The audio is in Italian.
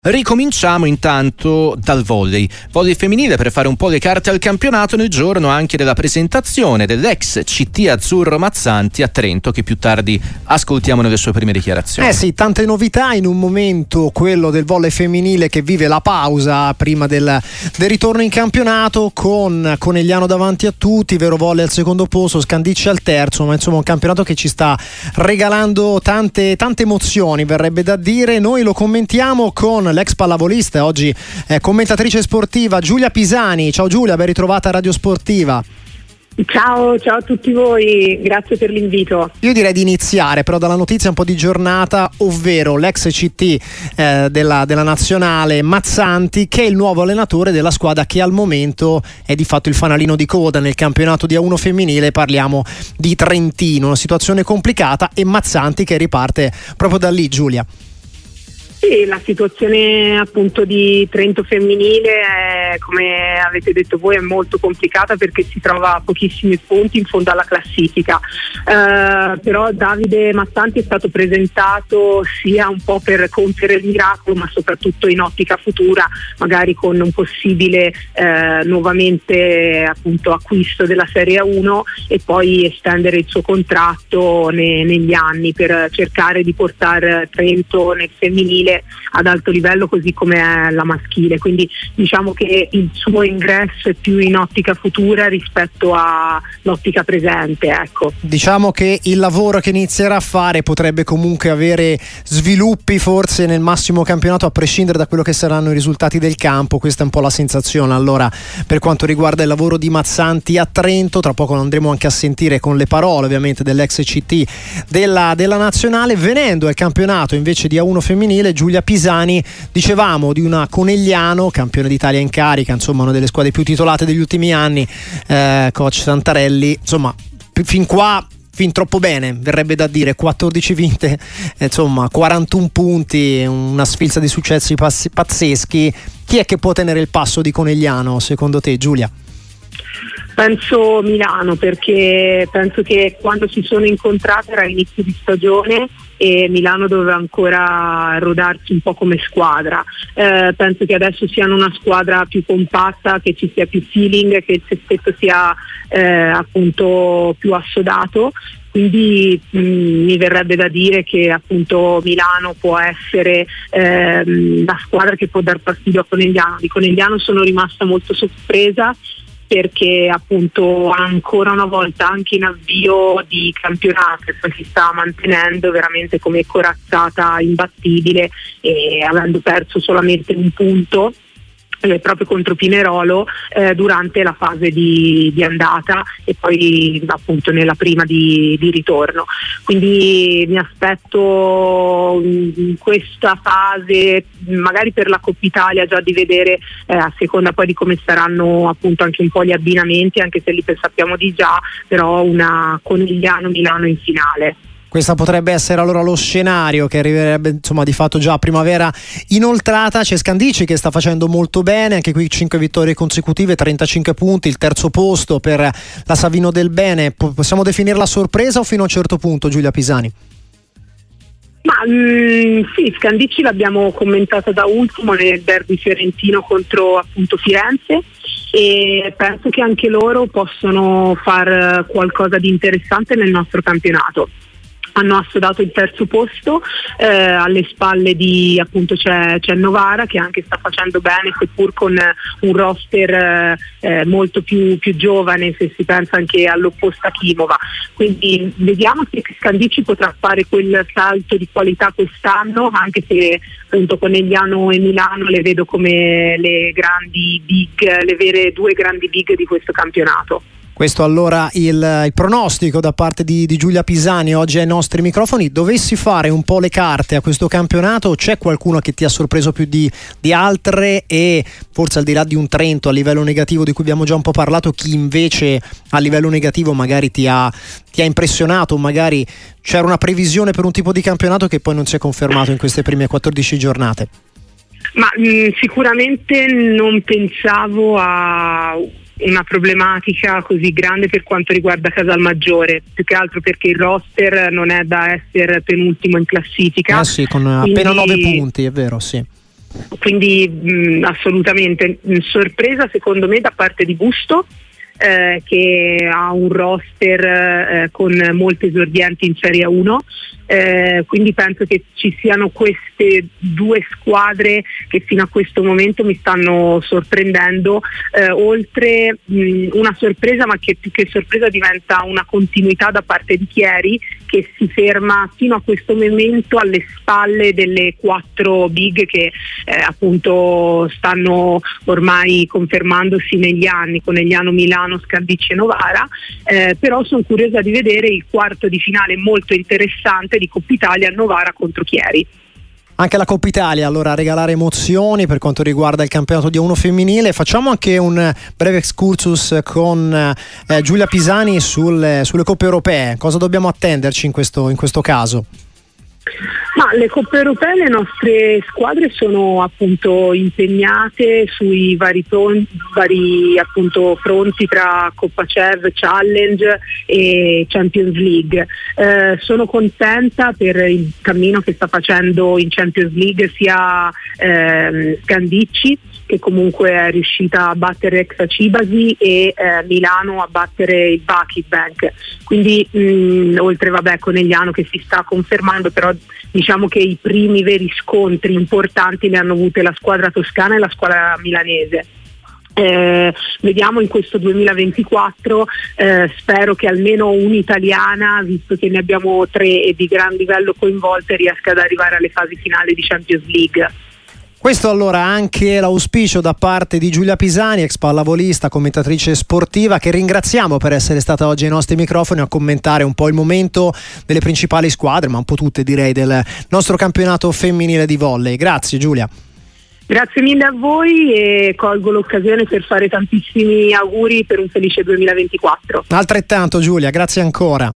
Ricominciamo intanto dal volley femminile per fare un po' le carte al campionato nel giorno anche della presentazione dell'ex CT azzurro Mazzanti a Trento, che più tardi ascoltiamo nelle sue prime dichiarazioni. Sì, tante novità in un momento, quello del volley femminile, che vive la pausa prima del ritorno in campionato, con Conegliano davanti a tutti, Vero Volley al secondo posto, Scandicci al terzo, ma insomma un campionato che ci sta regalando tante emozioni, verrebbe da dire. Noi lo commentiamo con l'ex pallavolista, oggi commentatrice sportiva, Giulia Pisani. Ciao Giulia, ben ritrovata a Radio Sportiva. Ciao a tutti voi, grazie per l'invito. Io direi di iniziare però dalla notizia un po' di giornata, ovvero l'ex CT della nazionale Mazzanti, che è il nuovo allenatore della squadra che al momento è di fatto il fanalino di coda nel campionato di A1 femminile. Parliamo di Trentino, una situazione complicata, e Mazzanti che riparte proprio da lì. Giulia. Sì, la situazione appunto di Trento femminile, come avete detto voi, è molto complicata perché si trova a pochissimi punti in fondo alla classifica. Però Davide Mazzanti è stato presentato sia un po' per compiere il miracolo, ma soprattutto in ottica futura, magari con un possibile nuovamente appunto acquisto della Serie A1 e poi estendere il suo contratto negli anni per cercare di portare Trento nel femminile ad alto livello, così come è la maschile. Quindi diciamo che il suo ingresso è più in ottica futura rispetto all'ottica presente, ecco. Diciamo che il lavoro che inizierà a fare potrebbe comunque avere sviluppi forse nel massimo campionato, a prescindere da quello che saranno i risultati del campo. Questa è un po' la sensazione allora per quanto riguarda il lavoro di Mazzanti a Trento. Tra poco lo andremo anche a sentire con le parole ovviamente dell'ex CT della nazionale. Venendo al campionato invece di A1 femminile, Giulia Pisani, dicevamo di una Conegliano, campione d'Italia in carica, insomma una delle squadre più titolate degli ultimi anni, coach Santarelli, insomma fin troppo bene, verrebbe da dire. 14 vinte, insomma 41 punti, una sfilza di successi pazzeschi. Chi è che può tenere il passo di Conegliano secondo te, Giulia? Penso Milano, perché penso che quando si sono incontrate era inizio di stagione e Milano doveva ancora rodarsi un po' come squadra. Penso che adesso siano una squadra più compatta, che ci sia più feeling, che il sestetto sia appunto più assodato. Quindi mi verrebbe da dire che appunto Milano può essere la squadra che può dar fastidio a Conegliano. Di Conegliano sono rimasta molto sorpresa, perché appunto ancora una volta anche in avvio di campionato e poi si sta mantenendo veramente come corazzata imbattibile, e avendo perso solamente un punto proprio contro Pinerolo durante la fase di andata e poi appunto nella prima di ritorno. Quindi mi aspetto in questa fase, magari per la Coppa Italia, già di vedere a seconda poi di come saranno appunto anche un po' gli abbinamenti, anche se li sappiamo di già, però una Conegliano-Milano in finale. Questo potrebbe essere allora lo scenario che arriverebbe insomma di fatto già a primavera inoltrata. C'è Scandicci che sta facendo molto bene, anche qui 5 vittorie consecutive, 35 punti, il terzo posto per la Savino del Bene. Possiamo definirla sorpresa o fino a un certo punto, Giulia Pisani? Ma sì, Scandicci l'abbiamo commentata da ultimo nel derby fiorentino contro appunto Firenze, e penso che anche loro possono far qualcosa di interessante nel nostro campionato. Hanno assodato il terzo posto, alle spalle di appunto c'è Novara, che anche sta facendo bene, seppur con un roster molto più giovane, se si pensa anche all'opposta Chimova. Quindi vediamo se Scandicci potrà fare quel salto di qualità quest'anno, anche se appunto Conegliano e Milano le vedo come le grandi big, le vere due grandi big di questo campionato. Questo allora il pronostico da parte di Giulia Pisani oggi ai nostri microfoni. Dovessi fare un po' le carte a questo campionato, c'è qualcuno che ti ha sorpreso più di altre, e forse al di là di un Trento a livello negativo di cui abbiamo già un po' parlato, chi invece a livello negativo magari ti ha impressionato, magari c'era una previsione per un tipo di campionato che poi non si è confermato in queste prime 14 giornate? Ma sicuramente non pensavo a una problematica così grande per quanto riguarda Casalmaggiore, più che altro perché il roster non è da essere penultimo in classifica. Sì, con appena 9 punti, è vero, sì. quindi assolutamente sorpresa secondo me da parte di Busto, che ha un roster con molti esordienti in Serie 1, quindi penso che ci siano queste due squadre che fino a questo momento mi stanno sorprendendo, oltre una sorpresa, ma che più che sorpresa diventa una continuità da parte di Chieri, che si ferma fino a questo momento alle spalle delle 4 big che appunto stanno ormai confermandosi negli anni, Conegliano, Milano, Scandicci e Novara, però sono curiosa di vedere il quarto di finale molto interessante di Coppa Italia, Novara contro Chieri. Anche la Coppa Italia allora a regalare emozioni per quanto riguarda il campionato di A1 femminile. Facciamo anche un breve excursus con Giulia Pisani sulle coppe europee. Cosa dobbiamo attenderci in questo caso? Ma le coppe europee, le nostre squadre sono appunto impegnate sui vari appunto fronti tra Coppa CEV, Challenge e Champions League. Sono contenta per il cammino che sta facendo in Champions League sia Scandicci, che comunque è riuscita a battere Exa Cibasi, e Milano a battere il Bacchi Bank. Quindi oltre Conegliano che si sta confermando, però diciamo che i primi veri scontri importanti li hanno avute la squadra toscana e la squadra milanese. Vediamo in questo 2024, spero che almeno un'italiana, visto che ne abbiamo 3 di gran livello coinvolte, riesca ad arrivare alle fasi finali di Champions League. Questo allora anche l'auspicio da parte di Giulia Pisani, ex pallavolista, commentatrice sportiva, che ringraziamo per essere stata oggi ai nostri microfoni a commentare un po' il momento delle principali squadre, ma un po' tutte direi, del nostro campionato femminile di volley. Grazie Giulia. Grazie mille a voi e colgo l'occasione per fare tantissimi auguri per un felice 2024. Altrettanto Giulia, grazie ancora.